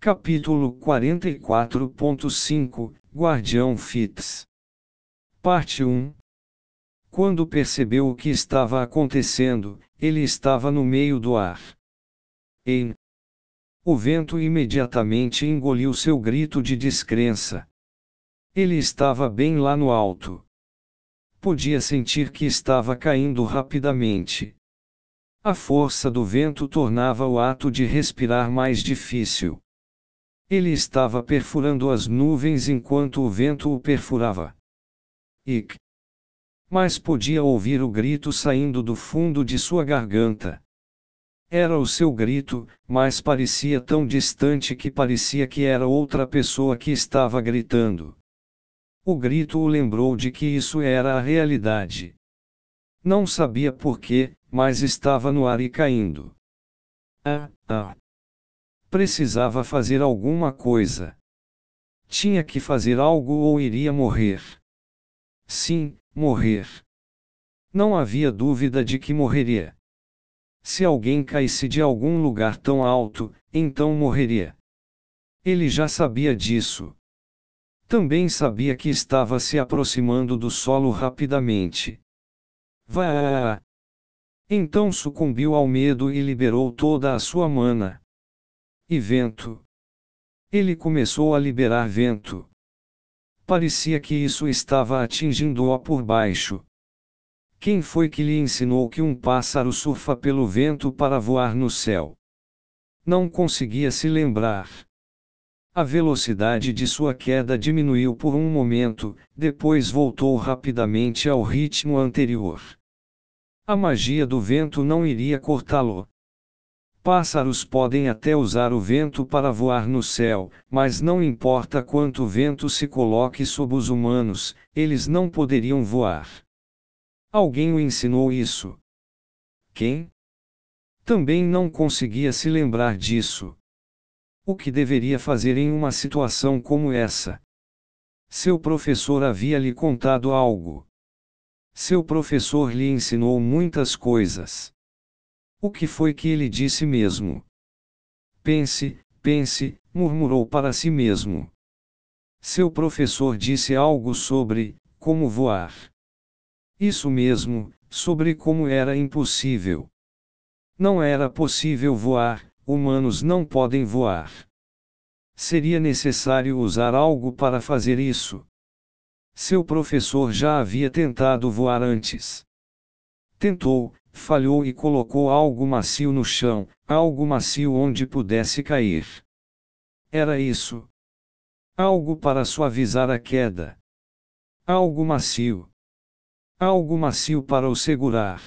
Capítulo 44.5 Guardião Fitz. Parte 1. Quando percebeu o que estava acontecendo, ele estava no meio do ar. O vento imediatamente engoliu seu grito de descrença. Ele estava bem lá no alto. Podia sentir que estava caindo rapidamente. A força do vento tornava o ato de respirar mais difícil. Ele estava perfurando as nuvens enquanto o vento o perfurava. Mas podia ouvir o grito saindo do fundo de sua garganta. Era o seu grito, mas parecia tão distante que parecia que era outra pessoa que estava gritando. O grito o lembrou de que isso era a realidade. Não sabia por quê, mas estava no ar e caindo. Precisava fazer alguma coisa. Tinha que fazer algo ou iria morrer. Sim, morrer. Não havia dúvida de que morreria. Se alguém caísse de algum lugar tão alto, então morreria. Ele já sabia disso. Também sabia que estava se aproximando do solo rapidamente. Então sucumbiu ao medo e liberou toda a sua mana. E vento. Ele começou a liberar vento. Parecia que isso estava atingindo-o por baixo. Quem foi que lhe ensinou que um pássaro surfa pelo vento para voar no céu? Não conseguia se lembrar. A velocidade de sua queda diminuiu por um momento, depois voltou rapidamente ao ritmo anterior. A magia do vento não iria cortá-lo. Pássaros podem até usar o vento para voar no céu, mas não importa quanto vento se coloque sob os humanos, eles não poderiam voar. Alguém o ensinou isso. Quem? Também não conseguia se lembrar disso. O que deveria fazer em uma situação como essa? Seu professor havia lhe contado algo. Seu professor lhe ensinou muitas coisas. O que foi que ele disse mesmo? Pense, murmurou para si mesmo. Seu professor disse algo sobre como voar. Isso mesmo, sobre como era impossível. Não era possível voar, humanos não podem voar. Seria necessário usar algo para fazer isso. Seu professor já havia tentado voar antes. Tentou, falhou e colocou algo macio no chão, algo macio onde pudesse cair. Era isso. Algo para suavizar a queda. Algo macio. Algo macio para o segurar.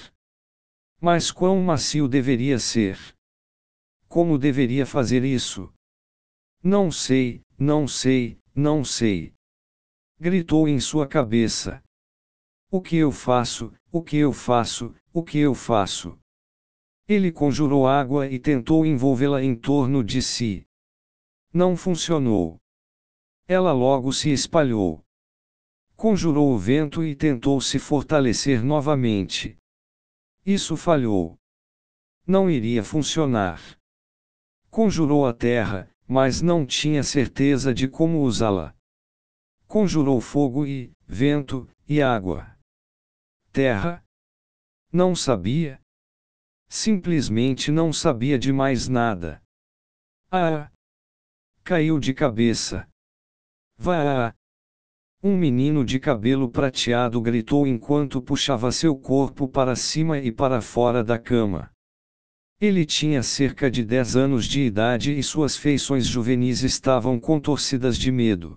Mas quão macio deveria ser? Como deveria fazer isso? Não sei, não sei, não sei. Gritou em sua cabeça. O que eu faço, o que eu faço, o que eu faço? Ele conjurou água e tentou envolvê-la em torno de si. Não funcionou. Ela logo se espalhou. Conjurou o vento e tentou se fortalecer novamente. Isso falhou. Não iria funcionar. Conjurou a terra, mas não tinha certeza de como usá-la. Conjurou fogo e vento e água. Terra? Não sabia? Simplesmente não sabia de mais nada. Caiu de cabeça. Um menino de cabelo prateado gritou enquanto puxava seu corpo para cima e para fora da cama. Ele tinha cerca de 10 anos de idade e suas feições juvenis estavam contorcidas de medo.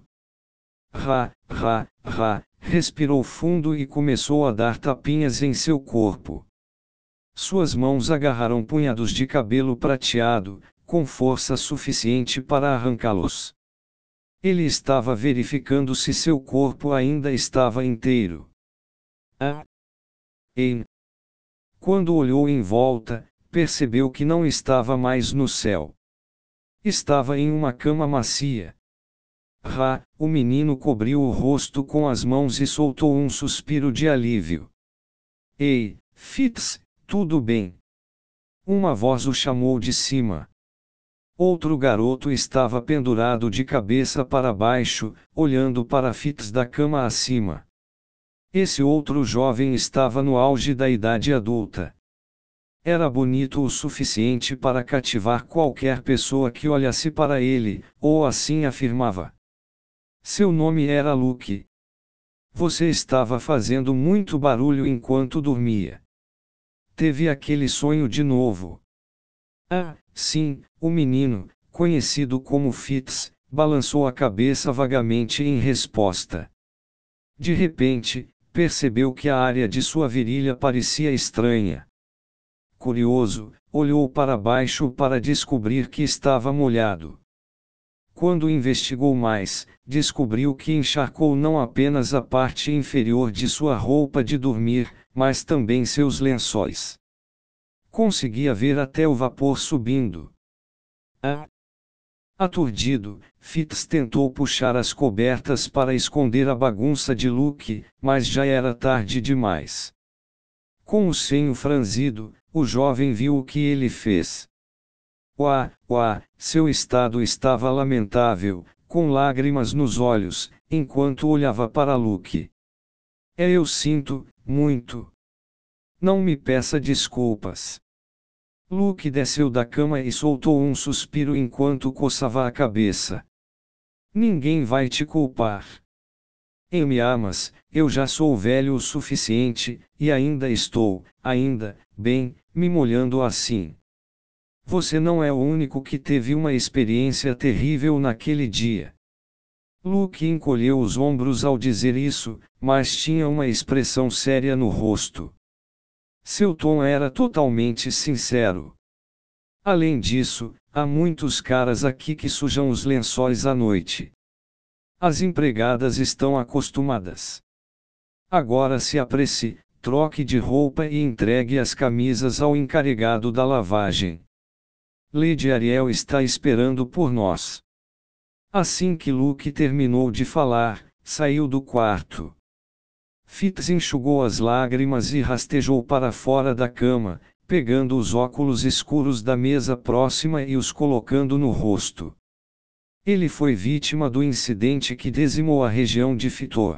Respirou fundo e começou a dar tapinhas em seu corpo. Suas mãos agarraram punhados de cabelo prateado, com força suficiente para arrancá-los. Ele estava verificando se seu corpo ainda estava inteiro. Quando olhou em volta, percebeu que não estava mais no céu. Estava em uma cama macia. O menino cobriu o rosto com as mãos e soltou um suspiro de alívio. Ei, Fitz, tudo bem? Uma voz o chamou de cima. Outro garoto estava pendurado de cabeça para baixo, olhando para Fitz da cama acima. Esse outro jovem estava no auge da idade adulta. Era bonito o suficiente para cativar qualquer pessoa que olhasse para ele, ou assim afirmava. Seu nome era Luke. Você estava fazendo muito barulho enquanto dormia. Teve aquele sonho de novo. Ah, sim, o menino, conhecido como Fitz, balançou a cabeça vagamente em resposta. De repente, percebeu que a área de sua virilha parecia estranha. Curioso, olhou para baixo para descobrir que estava molhado. Quando investigou mais, descobriu que encharcou não apenas a parte inferior de sua roupa de dormir, mas também seus lençóis. Conseguia ver até o vapor subindo. Aturdido, Fitz tentou puxar as cobertas para esconder a bagunça de Luke, mas já era tarde demais. Com o senho franzido, o jovem viu o que ele fez. Seu estado estava lamentável, com lágrimas nos olhos, enquanto olhava para Luke. Eu sinto, muito. Não me peça desculpas. Luke desceu da cama e soltou um suspiro enquanto coçava a cabeça. Ninguém vai te culpar. Me amas, eu já sou velho o suficiente, e ainda estou, bem, me molhando assim. Você não é o único que teve uma experiência terrível naquele dia. Luke encolheu os ombros ao dizer isso, mas tinha uma expressão séria no rosto. Seu tom era totalmente sincero. Além disso, há muitos caras aqui que sujam os lençóis à noite. As empregadas estão acostumadas. Agora se apresse, troque de roupa e entregue as camisas ao encarregado da lavagem. Lady Ariel está esperando por nós. Assim que Luke terminou de falar, saiu do quarto. Fitz enxugou as lágrimas e rastejou para fora da cama, pegando os óculos escuros da mesa próxima e os colocando no rosto. Ele foi vítima do incidente que dizimou a região de Fitor.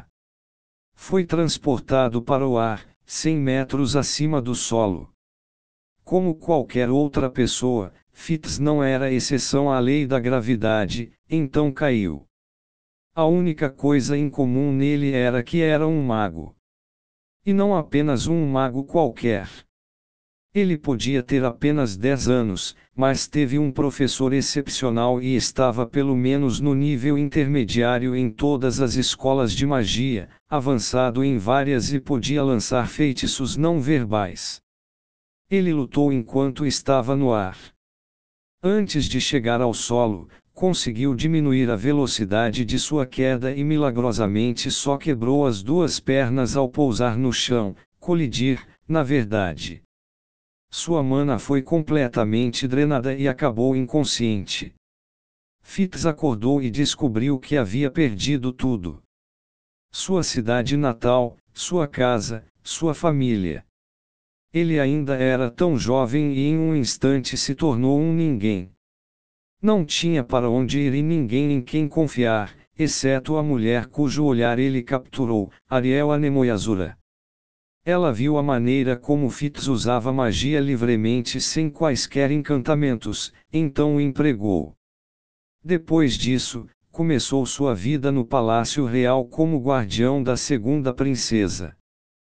Foi transportado para o ar, 100 metros acima do solo. Como qualquer outra pessoa, Fitz não era exceção à lei da gravidade, então caiu. A única coisa em comum nele era que era um mago. E não apenas um mago qualquer. Ele podia ter apenas 10 anos, mas teve um professor excepcional e estava pelo menos no nível intermediário em todas as escolas de magia, avançado em várias e podia lançar feitiços não verbais. Ele lutou enquanto estava no ar. Antes de chegar ao solo, conseguiu diminuir a velocidade de sua queda e milagrosamente só quebrou as duas pernas ao pousar no chão, colidir, na verdade. Sua mana foi completamente drenada e acabou inconsciente. Fitz acordou e descobriu que havia perdido tudo. Sua cidade natal, sua casa, sua família. Ele ainda era tão jovem e em um instante se tornou um ninguém. Não tinha para onde ir e ninguém em quem confiar, exceto a mulher cujo olhar ele capturou, Ariel Anemoyazura. Ela viu a maneira como Fitz usava magia livremente sem quaisquer encantamentos, então o empregou. Depois disso, começou sua vida no Palácio Real como guardião da segunda princesa.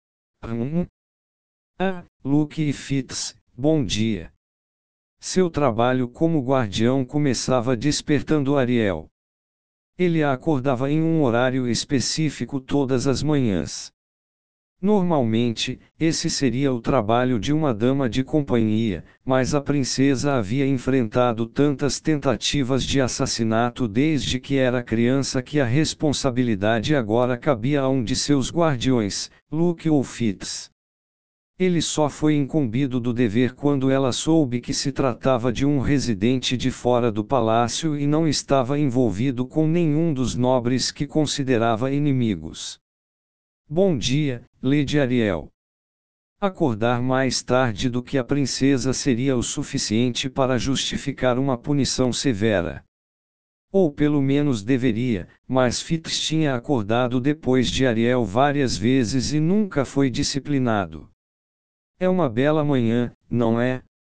Luke e Fitz, bom dia. Seu trabalho como guardião começava despertando Ariel. Ele a acordava em um horário específico todas as manhãs. Normalmente, esse seria o trabalho de uma dama de companhia, mas a princesa havia enfrentado tantas tentativas de assassinato desde que era criança que a responsabilidade agora cabia a um de seus guardiões, Luke ou Fitz. Ele só foi incumbido do dever quando ela soube que se tratava de um residente de fora do palácio e não estava envolvido com nenhum dos nobres que considerava inimigos. Bom dia, Lady Ariel. Acordar mais tarde do que a princesa seria o suficiente para justificar uma punição severa. Ou pelo menos deveria, mas Fitz tinha acordado depois de Ariel várias vezes e nunca foi disciplinado. É uma bela manhã, não é?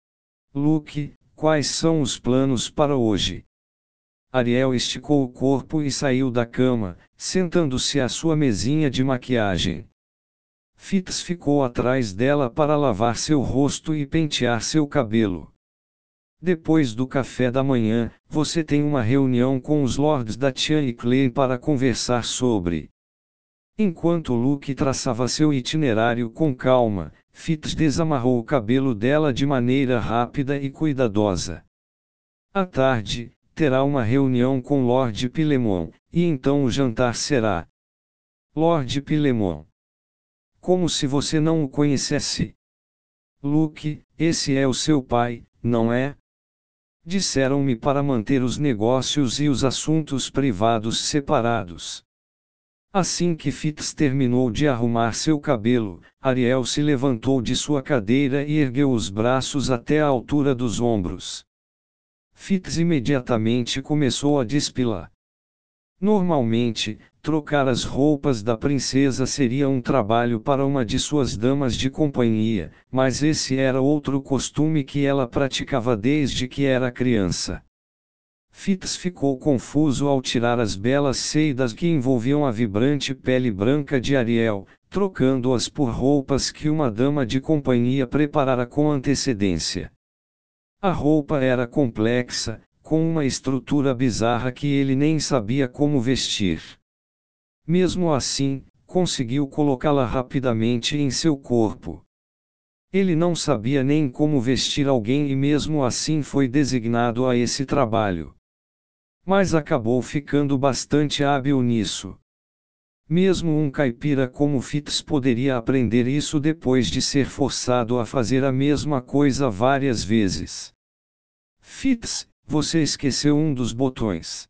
Luke, quais são os planos para hoje? Ariel esticou o corpo e saiu da cama, sentando-se à sua mesinha de maquiagem. Fitz ficou atrás dela para lavar seu rosto e pentear seu cabelo. Depois do café da manhã, você tem uma reunião com os Lords da Tian e Clay para conversar sobre. Enquanto Luke traçava seu itinerário com calma, Fitz desamarrou o cabelo dela de maneira rápida e cuidadosa. À tarde, terá uma reunião com Lord Pilemon, e então o jantar será. Lord Pilemon. Como se você não o conhecesse. Luke, esse é o seu pai, não é? Disseram-me para manter os negócios e os assuntos privados separados. Assim que Fitz terminou de arrumar seu cabelo, Ariel se levantou de sua cadeira e ergueu os braços até a altura dos ombros. Fitz imediatamente começou a despilar. Normalmente, trocar as roupas da princesa seria um trabalho para uma de suas damas de companhia, mas esse era outro costume que ela praticava desde que era criança. Fitz ficou confuso ao tirar as belas seidas que envolviam a vibrante pele branca de Ariel, trocando-as por roupas que uma dama de companhia preparara com antecedência. A roupa era complexa, com uma estrutura bizarra que ele nem sabia como vestir. Mesmo assim, conseguiu colocá-la rapidamente em seu corpo. Ele não sabia nem como vestir alguém e mesmo assim foi designado a esse trabalho. Mas acabou ficando bastante hábil nisso. Mesmo um caipira como Fitz poderia aprender isso depois de ser forçado a fazer a mesma coisa várias vezes. Fitz, você esqueceu um dos botões.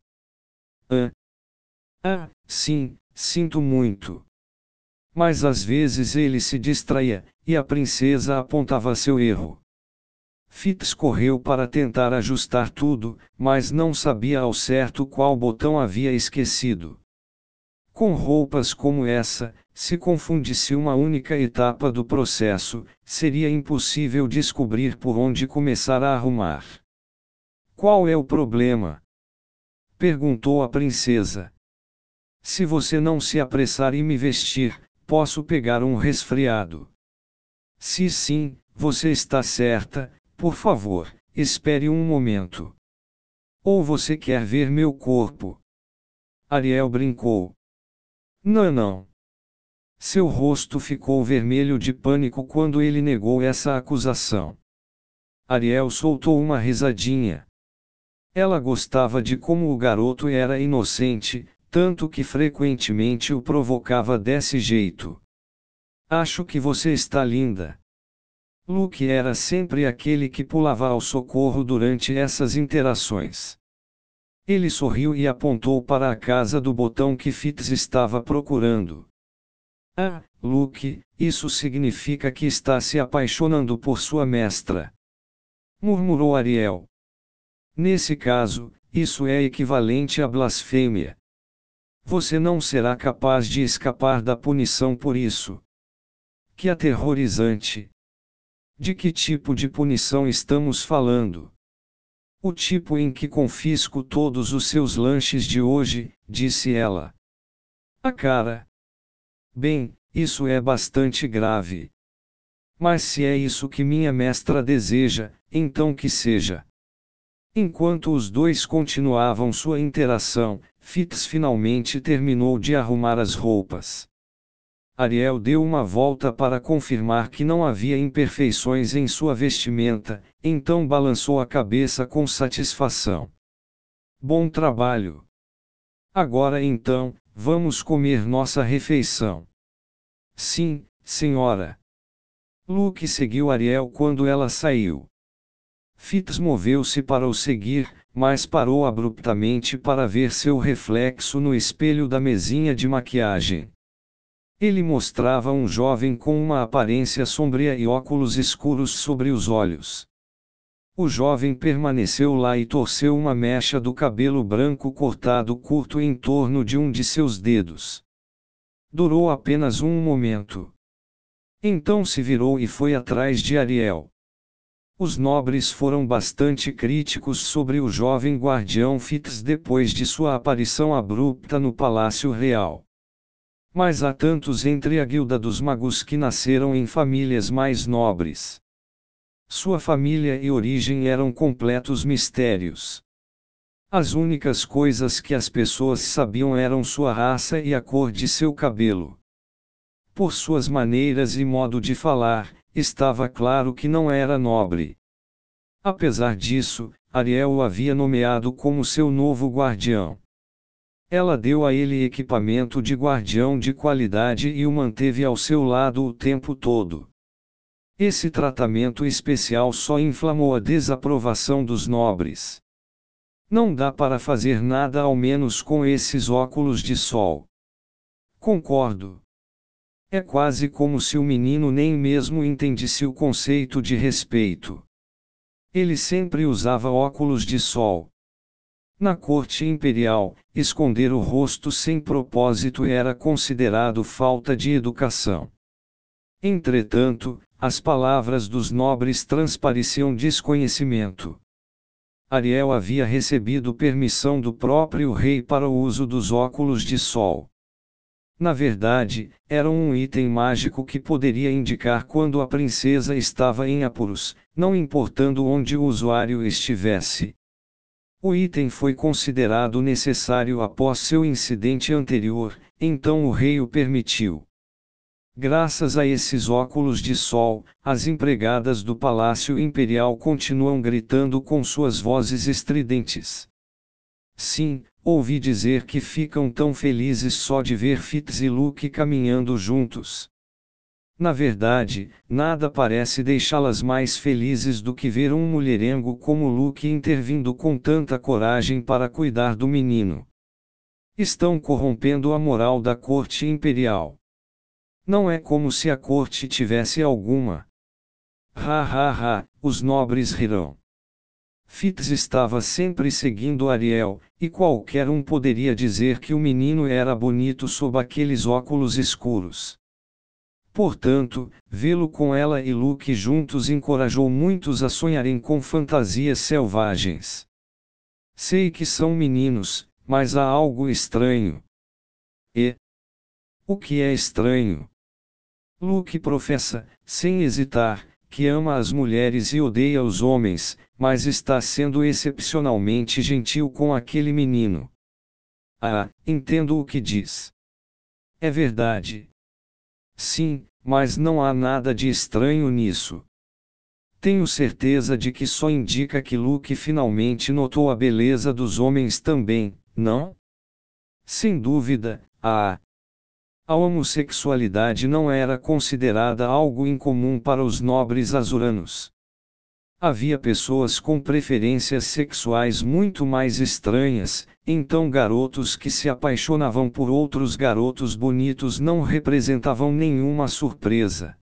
Sim, sinto muito. Mas às vezes ele se distraía, e a princesa apontava seu erro. Fitz correu para tentar ajustar tudo, mas não sabia ao certo qual botão havia esquecido. Com roupas como essa, se confundisse uma única etapa do processo, seria impossível descobrir por onde começar a arrumar. Qual é o problema? Perguntou a princesa. Se você não se apressar e me vestir, posso pegar um resfriado. Se sim, você está certa, por favor, espere um momento. Ou você quer ver meu corpo? Ariel brincou. Não. Seu rosto ficou vermelho de pânico quando ele negou essa acusação. Ariel soltou uma risadinha. Ela gostava de como o garoto era inocente, tanto que frequentemente o provocava desse jeito. Acho que você está linda. Luke era sempre aquele que pulava ao socorro durante essas interações. Ele sorriu e apontou para a casa do botão que Fitz estava procurando. Luke, isso significa que está se apaixonando por sua mestra. Murmurou Ariel. Nesse caso, isso é equivalente à blasfêmia. Você não será capaz de escapar da punição por isso. Que aterrorizante! De que tipo de punição estamos falando? O tipo em que confisco todos os seus lanches de hoje, disse ela. A cara. Bem, isso é bastante grave. Mas se é isso que minha mestra deseja, então que seja. Enquanto os dois continuavam sua interação, Fitz finalmente terminou de arrumar as roupas. Ariel deu uma volta para confirmar que não havia imperfeições em sua vestimenta, então balançou a cabeça com satisfação. Bom trabalho! Agora então, vamos comer nossa refeição. Sim, senhora. Luke seguiu Ariel quando ela saiu. Fitz moveu-se para o seguir, mas parou abruptamente para ver seu reflexo no espelho da mesinha de maquiagem. Ele mostrava um jovem com uma aparência sombria e óculos escuros sobre os olhos. O jovem permaneceu lá e torceu uma mecha do cabelo branco cortado curto em torno de um de seus dedos. Durou apenas um momento. Então se virou e foi atrás de Ariel. Os nobres foram bastante críticos sobre o jovem guardião Fitz depois de sua aparição abrupta no Palácio Real. Mas há tantos entre a guilda dos magos que nasceram em famílias mais nobres. Sua família e origem eram completos mistérios. As únicas coisas que as pessoas sabiam eram sua raça e a cor de seu cabelo. Por suas maneiras e modo de falar, estava claro que não era nobre. Apesar disso, Ariel o havia nomeado como seu novo guardião. Ela deu a ele equipamento de guardião de qualidade e o manteve ao seu lado o tempo todo. Esse tratamento especial só inflamou a desaprovação dos nobres. Não dá para fazer nada ao menos com esses óculos de sol. Concordo. É quase como se o menino nem mesmo entendesse o conceito de respeito. Ele sempre usava óculos de sol. Na corte imperial, esconder o rosto sem propósito era considerado falta de educação. Entretanto, as palavras dos nobres transpareciam desconhecimento. Ariel havia recebido permissão do próprio rei para o uso dos óculos de sol. Na verdade, era um item mágico que poderia indicar quando a princesa estava em apuros, não importando onde o usuário estivesse. O item foi considerado necessário após seu incidente anterior, então o rei o permitiu. Graças a esses óculos de sol, as empregadas do Palácio Imperial continuam gritando com suas vozes estridentes. Sim, ouvi dizer que ficam tão felizes só de ver Fitz e Luke caminhando juntos. Na verdade, nada parece deixá-las mais felizes do que ver um mulherengo como Luke intervindo com tanta coragem para cuidar do menino. Estão corrompendo a moral da corte imperial. Não é como se a corte tivesse alguma. Os nobres rirão. Fitz estava sempre seguindo Ariel, e qualquer um poderia dizer que o menino era bonito sob aqueles óculos escuros. Portanto, vê-lo com ela e Luke juntos encorajou muitos a sonharem com fantasias selvagens. Sei que são meninos, mas há algo estranho. E o que é estranho? Luke professa, sem hesitar, que ama as mulheres e odeia os homens, mas está sendo excepcionalmente gentil com aquele menino. Entendo o que diz. É verdade. Sim, mas não há nada de estranho nisso. Tenho certeza de que só indica que Luke finalmente notou a beleza dos homens também, não? Sem dúvida, a homossexualidade não era considerada algo incomum para os nobres azuranos. Havia pessoas com preferências sexuais muito mais estranhas, então garotos que se apaixonavam por outros garotos bonitos não representavam nenhuma surpresa.